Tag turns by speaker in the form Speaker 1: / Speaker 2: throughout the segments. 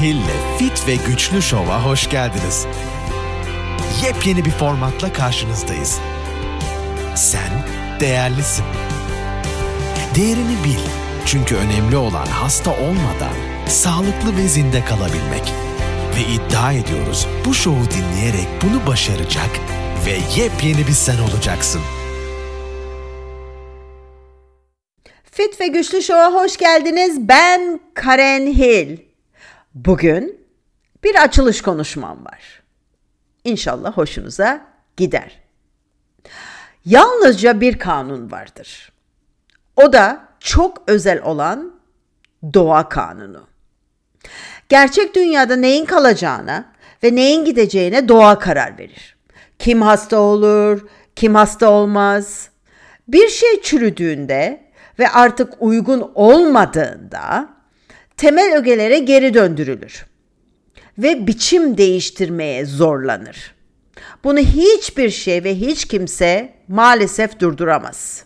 Speaker 1: Hil'le Fit ve Güçlü Şov'a hoş geldiniz. Yepyeni bir formatla karşınızdayız. Sen değerlisin. Değerini bil. Çünkü önemli olan hasta olmadan sağlıklı ve zinde kalabilmek. Ve iddia ediyoruz bu şovu dinleyerek bunu başaracak ve yepyeni bir sen olacaksın.
Speaker 2: Fit ve Güçlü Şov'a hoş geldiniz. Ben Karen Hill. Bugün bir açılış konuşmam var. İnşallah hoşunuza gider. Yalnızca bir kanun vardır. O da çok özel olan doğa kanunu. Gerçek dünyada neyin kalacağına ve neyin gideceğine doğa karar verir. Kim hasta olur, kim hasta olmaz. Bir şey çürüdüğünde ve artık uygun olmadığında temel ögelere geri döndürülür ve biçim değiştirmeye zorlanır. Bunu hiçbir şey ve hiç kimse maalesef durduramaz.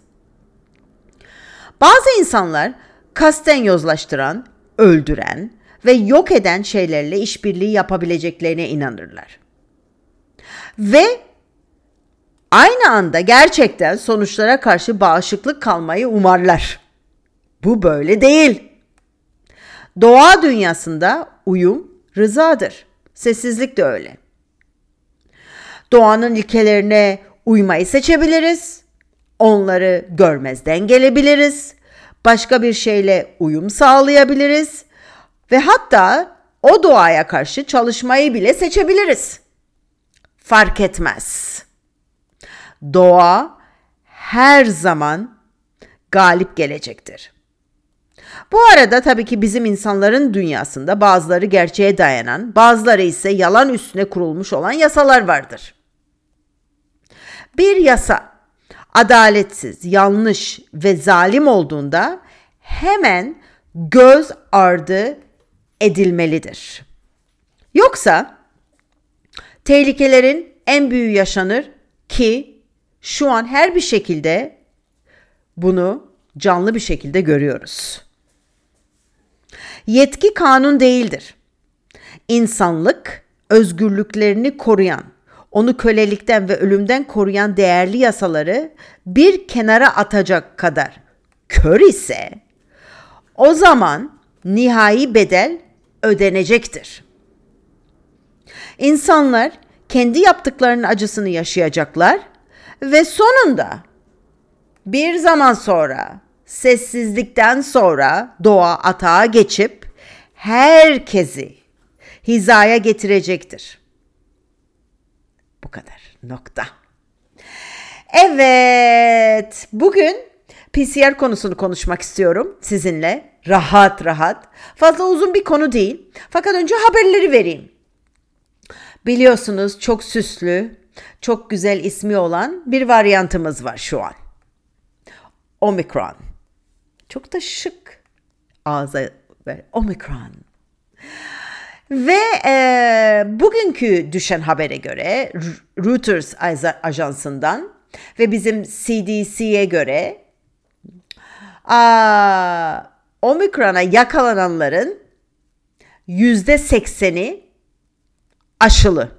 Speaker 2: Bazı insanlar kasten yozlaştıran, öldüren ve yok eden şeylerle işbirliği yapabileceklerine inanırlar. Ve aynı anda gerçekten sonuçlara karşı bağışıklık kalmayı umarlar. Bu böyle değil. Doğa dünyasında uyum rızadır. Sessizlik de öyle. Doğanın ilkelerine uymayı seçebiliriz. Onları görmezden gelebiliriz. Başka bir şeyle uyum sağlayabiliriz. Ve hatta o doğaya karşı çalışmayı bile seçebiliriz. Fark etmez. Doğa her zaman galip gelecektir. Bu arada tabii ki bizim insanların dünyasında bazıları gerçeğe dayanan, bazıları ise yalan üstüne kurulmuş olan yasalar vardır. Bir yasa adaletsiz, yanlış ve zalim olduğunda hemen göz ardı edilmelidir. Yoksa tehlikelerin en büyüğü yaşanır ki şu an her bir şekilde bunu canlı bir şekilde görüyoruz. Yetki kanun değildir. İnsanlık özgürlüklerini koruyan, onu kölelikten ve ölümden koruyan değerli yasaları bir kenara atacak kadar kör ise o zaman nihai bedel ödenecektir. İnsanlar kendi yaptıklarının acısını yaşayacaklar ve sonunda bir zaman sonra sessizlikten sonra doğa atağa geçip herkesi hizaya getirecektir. Bu kadar. Nokta. Evet, bugün PCR konusunu konuşmak istiyorum sizinle. Rahat rahat. Fazla uzun bir konu değil. Fakat önce haberleri vereyim. Biliyorsunuz çok süslü, çok güzel ismi olan bir varyantımız var şu an. Omikron. Çok da şık ağza ver. Omikron. Ve bugünkü düşen habere göre Reuters ajansından ve bizim CDC'ye göre Omikron'a yakalananların %80'i aşılı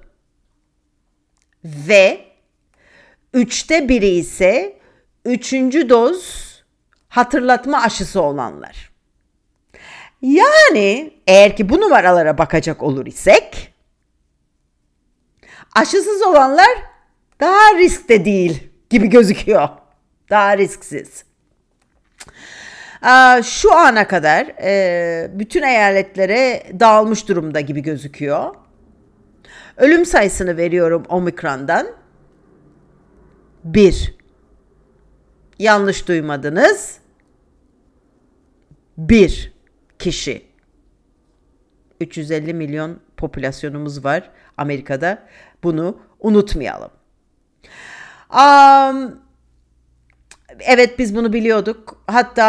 Speaker 2: ve 1/3 ise 3. doz hatırlatma aşısı olanlar. Yani eğer ki bu numaralara bakacak olur isek aşısız olanlar daha riskte değil gibi gözüküyor. Daha risksiz. Şu ana kadar bütün eyaletlere dağılmış durumda gibi gözüküyor. Ölüm sayısını veriyorum Omikron'dan. 1. Yanlış duymadınız. 1 kişi. 350 milyon popülasyonumuz var Amerika'da. Bunu unutmayalım. Evet, biz bunu biliyorduk. Hatta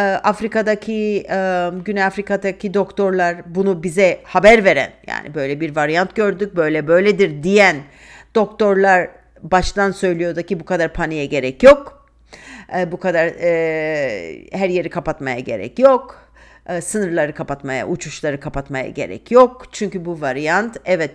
Speaker 2: Güney Afrika'daki doktorlar bunu bize haber veren, yani böyle bir varyant gördük, böyledir diyen doktorlar baştan söylüyordu ki bu kadar paniğe gerek yok. Bu kadar her yeri kapatmaya gerek yok. sınırları kapatmaya, uçuşları kapatmaya gerek yok. Çünkü bu varyant evet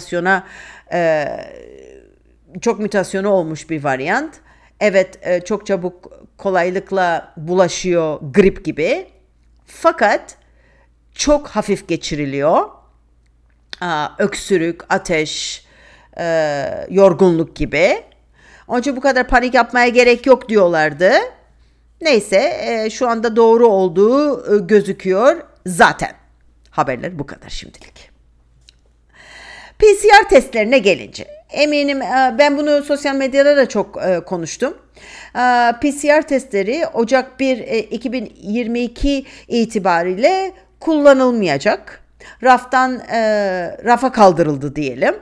Speaker 2: çok mutasyonu olmuş bir varyant. Evet çok çabuk kolaylıkla bulaşıyor grip gibi. Fakat çok hafif geçiriliyor. Öksürük, ateş, yorgunluk gibi. Onun için bu kadar panik yapmaya gerek yok diyorlardı. Neyse şu anda doğru olduğu gözüküyor zaten. Haberler bu kadar şimdilik. PCR testlerine gelince eminim ben bunu sosyal medyada da çok konuştum. PCR testleri Ocak 1 2022 itibariyle kullanılmayacak. Rafa kaldırıldı diyelim.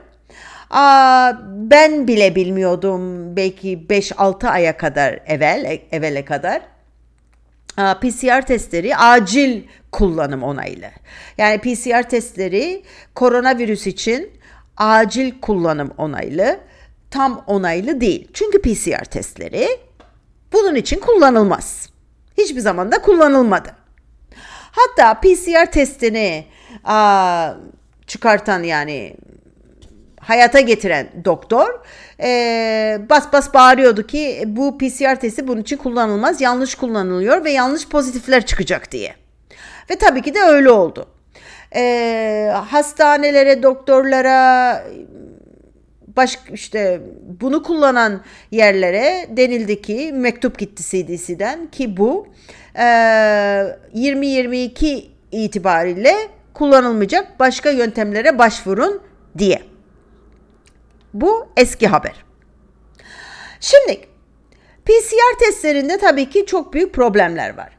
Speaker 2: Ben bile bilmiyordum belki 5-6 aya kadar evvele kadar. PCR testleri acil kullanım onaylı. Yani PCR testleri koronavirüs için acil kullanım onaylı, tam onaylı değil. Çünkü PCR testleri bunun için kullanılmaz. Hiçbir zaman da kullanılmadı. Hatta PCR testini çıkartan yani hayata getiren doktor bas bas bağırıyordu ki bu PCR testi bunun için kullanılmaz, yanlış kullanılıyor ve yanlış pozitifler çıkacak diye. Ve tabii ki de öyle oldu. Hastanelere, doktorlara, bunu kullanan yerlere denildi ki mektup gitti CDC'den ki bu 2022 itibariyle kullanılmayacak, başka yöntemlere başvurun diye. Bu eski haber. Şimdi PCR testlerinde tabii ki çok büyük problemler var.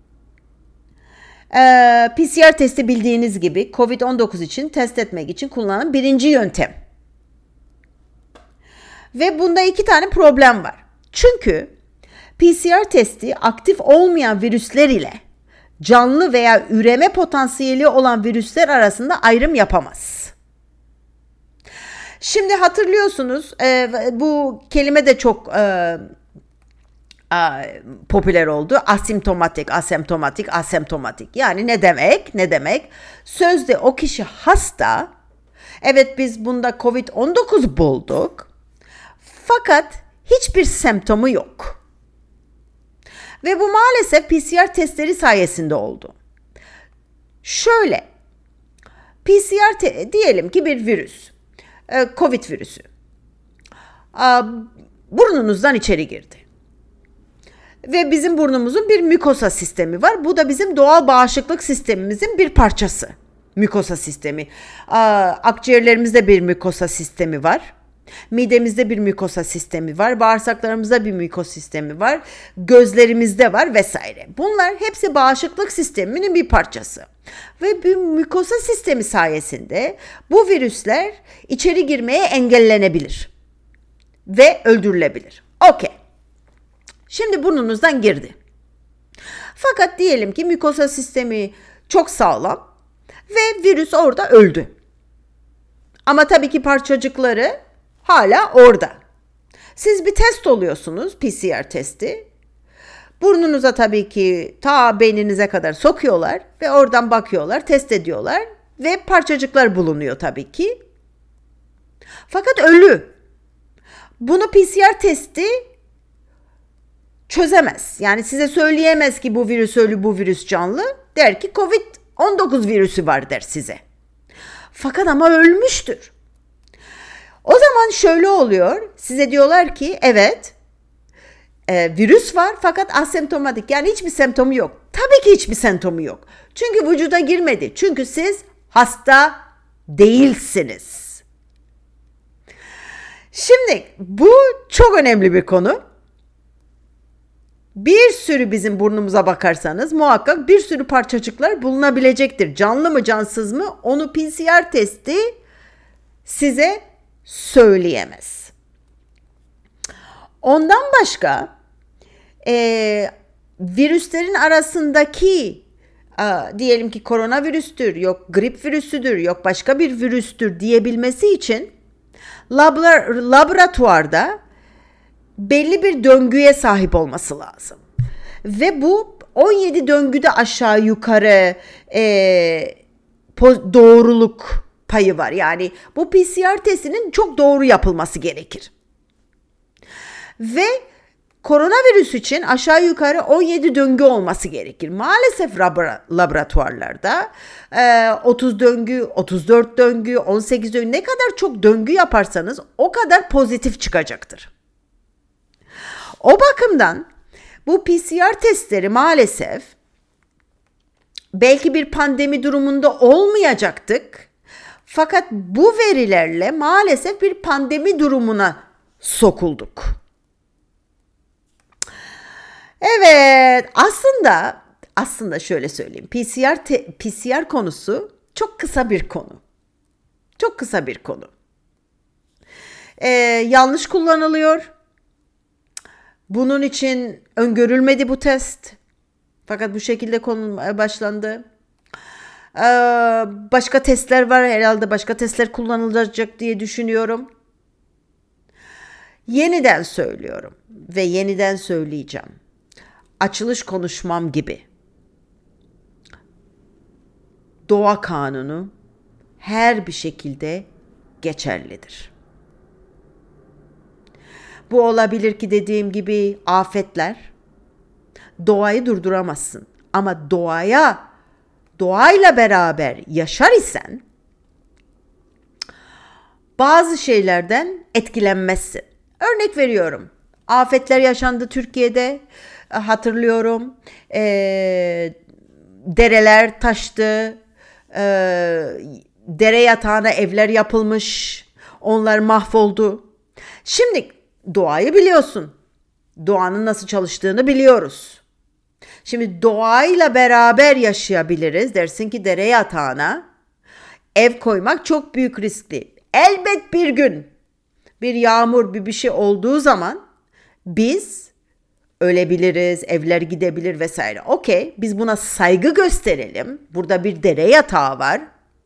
Speaker 2: PCR testi bildiğiniz gibi COVID-19 için test etmek için kullanılan birinci yöntem. Ve bunda 2 tane problem var. Çünkü PCR testi aktif olmayan virüsler ile canlı veya üreme potansiyeli olan virüsler arasında ayrım yapamaz. Şimdi hatırlıyorsunuz bu kelime de çok popüler oldu. Asemptomatik. Yani ne demek? Sözde o kişi hasta. Evet biz bunda COVID-19 bulduk. Fakat hiçbir semptomu yok. Ve bu maalesef PCR testleri sayesinde oldu. Şöyle, diyelim ki bir virüs, COVID virüsü, burnunuzdan içeri girdi. Ve bizim burnumuzun bir mikosa sistemi var. Bu da bizim doğal bağışıklık sistemimizin bir parçası. Mikosa sistemi. Akciğerlerimizde bir mikosa sistemi var. Midemizde bir mikosa sistemi var. Bağırsaklarımızda bir mikosa sistemi var. Gözlerimizde var vesaire. Bunlar hepsi bağışıklık sisteminin bir parçası. Ve bu mikosa sistemi sayesinde bu virüsler içeri girmeye engellenebilir. Ve öldürülebilir. Okey. Şimdi burnunuzdan girdi. Fakat diyelim ki mikosa sistemi çok sağlam ve virüs orada öldü. Ama tabii ki parçacıkları hala orada. Siz bir test oluyorsunuz, PCR testi. Burnunuza tabii ki ta beyninize kadar sokuyorlar ve oradan bakıyorlar, test ediyorlar ve parçacıklar bulunuyor tabii ki. Fakat ölü. Bunu PCR testi çözemez. Yani size söyleyemez ki bu virüs ölü, bu virüs canlı. Der ki COVID-19 virüsü var der size. Fakat ama ölmüştür. O zaman şöyle oluyor. Size diyorlar ki evet virüs var fakat asemptomatik. Yani hiçbir semptomu yok. Tabii ki hiçbir semptomu yok. Çünkü vücuda girmedi. Çünkü siz hasta değilsiniz. Şimdi bu çok önemli bir konu. Bir sürü bizim burnumuza bakarsanız muhakkak bir sürü parçacıklar bulunabilecektir. Canlı mı cansız mı onu PCR testi size söyleyemez. Ondan başka virüslerin arasındaki diyelim ki koronavirüstür, yok grip virüsüdür, yok başka bir virüstür diyebilmesi için laboratuvarda belli bir döngüye sahip olması lazım. Ve bu 17 döngüde aşağı yukarı doğruluk payı var. Yani bu PCR testinin çok doğru yapılması gerekir. Ve koronavirüs için aşağı yukarı 17 döngü olması gerekir. Maalesef laboratuvarlarda 30 döngü, 34 döngü, 18 döngü, ne kadar çok döngü yaparsanız o kadar pozitif çıkacaktır. O bakımdan bu PCR testleri maalesef belki bir pandemi durumunda olmayacaktık. Fakat bu verilerle maalesef bir pandemi durumuna sokulduk. Evet, aslında şöyle söyleyeyim. PCR konusu çok kısa bir konu. Çok kısa bir konu. Yanlış kullanılıyor. Bunun için öngörülmedi bu test. Fakat bu şekilde konulmaya başlandı. Başka testler var herhalde. Başka testler kullanılacak diye düşünüyorum. Yeniden söylüyorum ve yeniden söyleyeceğim. Açılış konuşmam gibi. Doğa kanunu her bir şekilde geçerlidir. Bu olabilir ki dediğim gibi afetler. Doğayı durduramazsın. Ama doğayla beraber yaşar isen bazı şeylerden etkilenmezsin. Örnek veriyorum. Afetler yaşandı Türkiye'de. Hatırlıyorum. Dereler taştı. Dere yatağına evler yapılmış. Onlar mahvoldu. Şimdi doğayı biliyorsun. Doğanın nasıl çalıştığını biliyoruz. Şimdi doğayla beraber yaşayabiliriz. Dersin ki dere yatağına ev koymak çok büyük riskli. Elbet bir gün bir yağmur bir şey olduğu zaman biz ölebiliriz, evler gidebilir vesaire. Okey, biz buna saygı gösterelim. Burada bir dere yatağı var.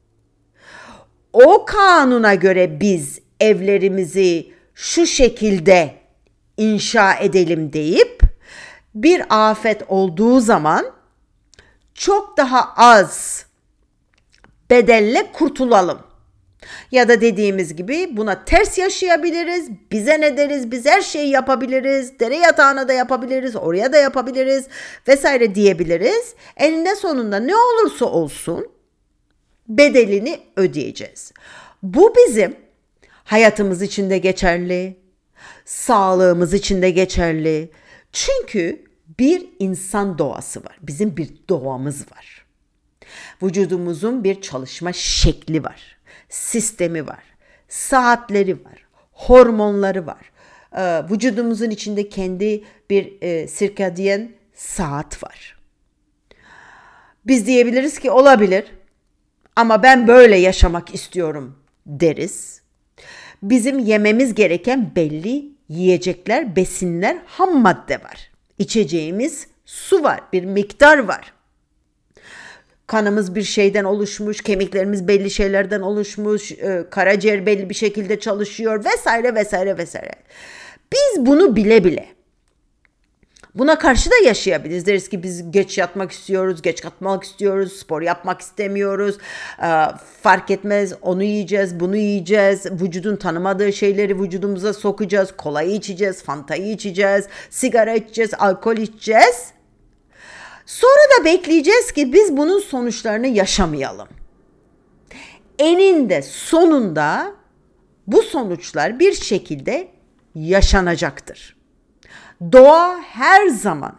Speaker 2: O kanuna göre biz evlerimizi şu şekilde inşa edelim deyip bir afet olduğu zaman çok daha az bedelle kurtulalım. Ya da dediğimiz gibi buna ters yaşayabiliriz. Bize ne deriz? Biz her şeyi yapabiliriz. Dere yatağına da yapabiliriz. Oraya da yapabiliriz. Vesaire diyebiliriz. Eninde sonunda ne olursa olsun bedelini ödeyeceğiz. Bu bizim hayatımız için de geçerli. Sağlığımız için de geçerli. Çünkü bir insan doğası var. Bizim bir doğamız var. Vücudumuzun bir çalışma şekli var. Sistemi var. Saatleri var. Hormonları var. Vücudumuzun içinde kendi bir sirkadiyen saat var. Biz diyebiliriz ki olabilir ama ben böyle yaşamak istiyorum deriz. Bizim yememiz gereken belli yiyecekler, besinler, ham madde var. İçeceğimiz su var, bir miktar var. Kanımız bir şeyden oluşmuş, kemiklerimiz belli şeylerden oluşmuş, karaciğer belli bir şekilde çalışıyor vesaire vesaire vesaire. Biz bunu bile bile buna karşı da yaşayabiliriz. Deriz ki biz geç yatmak istiyoruz, geç kalkmak istiyoruz, spor yapmak istemiyoruz. Fark etmez, onu yiyeceğiz, bunu yiyeceğiz. Vücudun tanımadığı şeyleri vücudumuza sokacağız. Kolayı içeceğiz, fantayı içeceğiz, sigara içeceğiz, alkol içeceğiz. Sonra da bekleyeceğiz ki biz bunun sonuçlarını yaşamayalım. Eninde sonunda bu sonuçlar bir şekilde yaşanacaktır. Doğa her zaman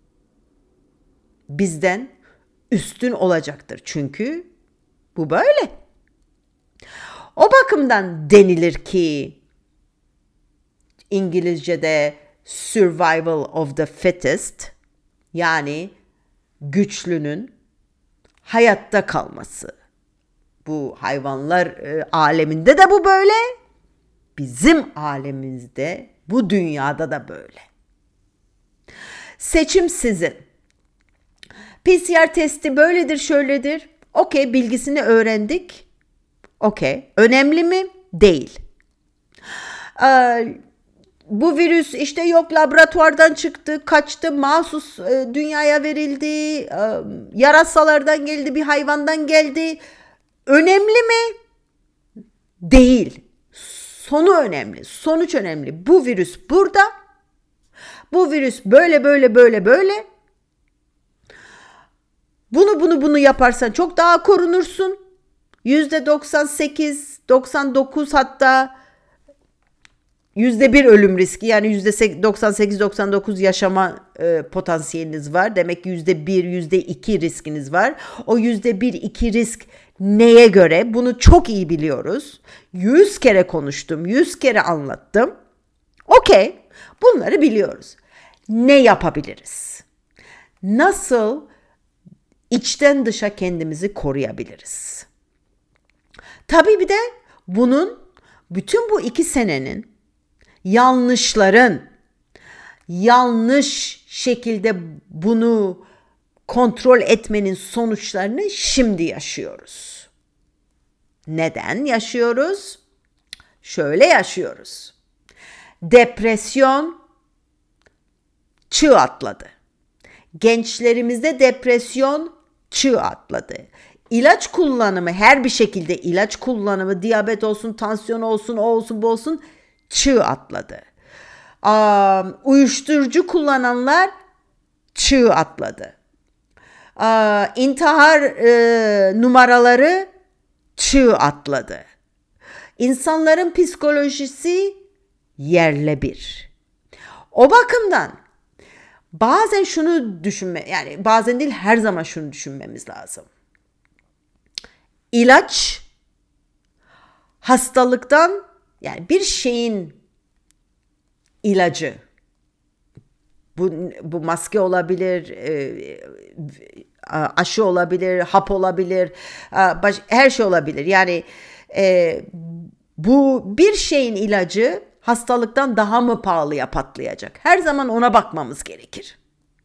Speaker 2: bizden üstün olacaktır. Çünkü bu böyle. O bakımdan denilir ki İngilizce'de survival of the fittest, yani güçlünün hayatta kalması. Bu hayvanlar aleminde de bu böyle. Bizim alemimizde, bu dünyada da böyle. Seçim sizin. PCR testi böyledir, şöyledir. Okey, bilgisini öğrendik. Okey. Önemli mi? Değil. bu virüs işte yok laboratuvardan çıktı, kaçtı, mahsus dünyaya verildi, yarasalardan geldi, bir hayvandan geldi. Önemli mi? Değil. Sonu önemli, sonuç önemli. Bu virüs burada. Bu virüs böyle. Bunu yaparsan çok daha korunursun. %98, 99 hatta %1 ölüm riski, yani %98-99 yaşama potansiyeliniz var. Demek ki %1, %2 riskiniz var. O %1-2 risk neye göre? Bunu çok iyi biliyoruz. 100 kere konuştum, 100 kere anlattım. Okey, bunları biliyoruz. Ne yapabiliriz? Nasıl içten dışa kendimizi koruyabiliriz? Tabii bir de bütün bu 2 senenin yanlış şekilde bunu kontrol etmenin sonuçlarını şimdi yaşıyoruz. Neden yaşıyoruz? Şöyle yaşıyoruz. Depresyon çığ atladı. Gençlerimizde depresyon çığ atladı. İlaç kullanımı, her bir şekilde ilaç kullanımı, diyabet olsun, tansiyon olsun, o olsun, bu olsun, çığ atladı. Uyuşturucu kullananlar çığ atladı. İntihar numaraları çığ atladı. İnsanların psikolojisi yerle bir. O bakımdan bazen şunu yani bazen değil, her zaman şunu düşünmemiz lazım. İlaç hastalıktan, yani bir şeyin ilacı, bu maske olabilir, aşı olabilir, hap olabilir, her şey olabilir. Yani bu bir şeyin ilacı hastalıktan daha mı pahalıya patlayacak? Her zaman ona bakmamız gerekir.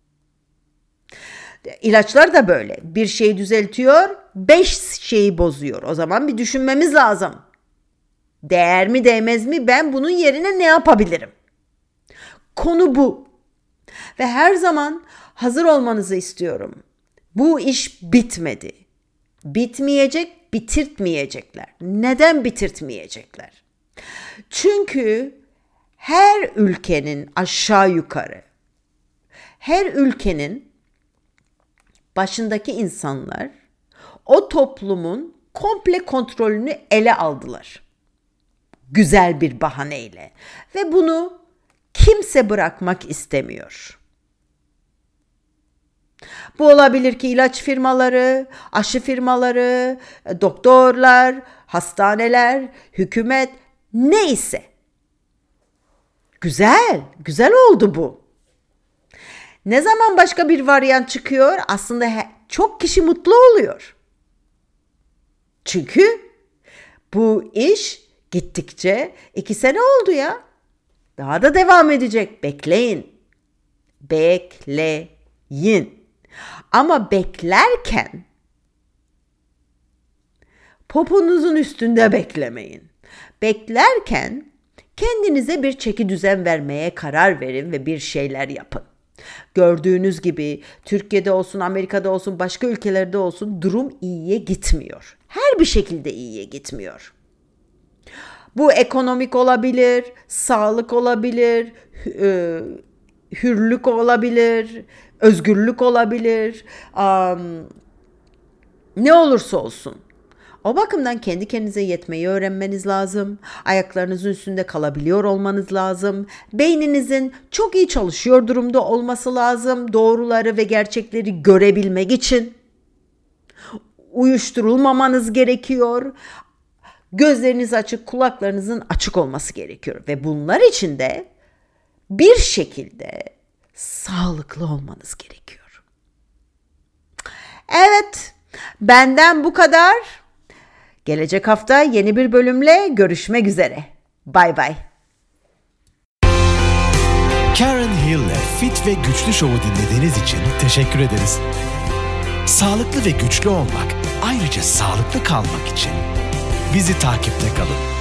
Speaker 2: İlaçlar da böyle. Bir şeyi düzeltiyor, 5 şeyi bozuyor. O zaman bir düşünmemiz lazım. Değer mi, değmez mi? Ben bunun yerine ne yapabilirim? Konu bu. Ve her zaman hazır olmanızı istiyorum. Bu iş bitmedi. Bitmeyecek, bitirtmeyecekler. Neden bitirtmeyecekler? Çünkü her ülkenin aşağı yukarı, her ülkenin başındaki insanlar o toplumun komple kontrolünü ele aldılar. Güzel bir bahaneyle. Ve bunu kimse bırakmak istemiyor. Bu olabilir ki ilaç firmaları, aşı firmaları, doktorlar, hastaneler, hükümet, neyse. Güzel oldu bu. Ne zaman başka bir varyant çıkıyor, aslında çok kişi mutlu oluyor. Çünkü bu iş gittikçe 2 sene oldu ya. Daha da devam edecek. Bekleyin. Ama beklerken poponuzun üstünde beklemeyin. Beklerken kendinize bir çeki düzen vermeye karar verin ve bir şeyler yapın. Gördüğünüz gibi Türkiye'de olsun, Amerika'da olsun, başka ülkelerde olsun durum iyiye gitmiyor. Her bir şekilde iyiye gitmiyor. Bu ekonomik olabilir, sağlık olabilir, hürlük olabilir, özgürlük olabilir, ne olursa olsun. O bakımdan kendi kendinize yetmeyi öğrenmeniz lazım. Ayaklarınızın üstünde kalabiliyor olmanız lazım. Beyninizin çok iyi çalışıyor durumda olması lazım. Doğruları ve gerçekleri görebilmek için. Uyuşturulmamanız gerekiyor. Gözleriniz açık, kulaklarınızın açık olması gerekiyor. Ve bunlar için de bir şekilde sağlıklı olmanız gerekiyor. Evet, benden bu kadar. Gelecek hafta yeni bir bölümle görüşmek üzere. Bye bye.
Speaker 1: Karen Hill'le Fit ve Güçlü Show'u dinlediğiniz için teşekkür ederiz. Sağlıklı ve güçlü olmak, ayrıca sağlıklı kalmak için bizi takipte kalın.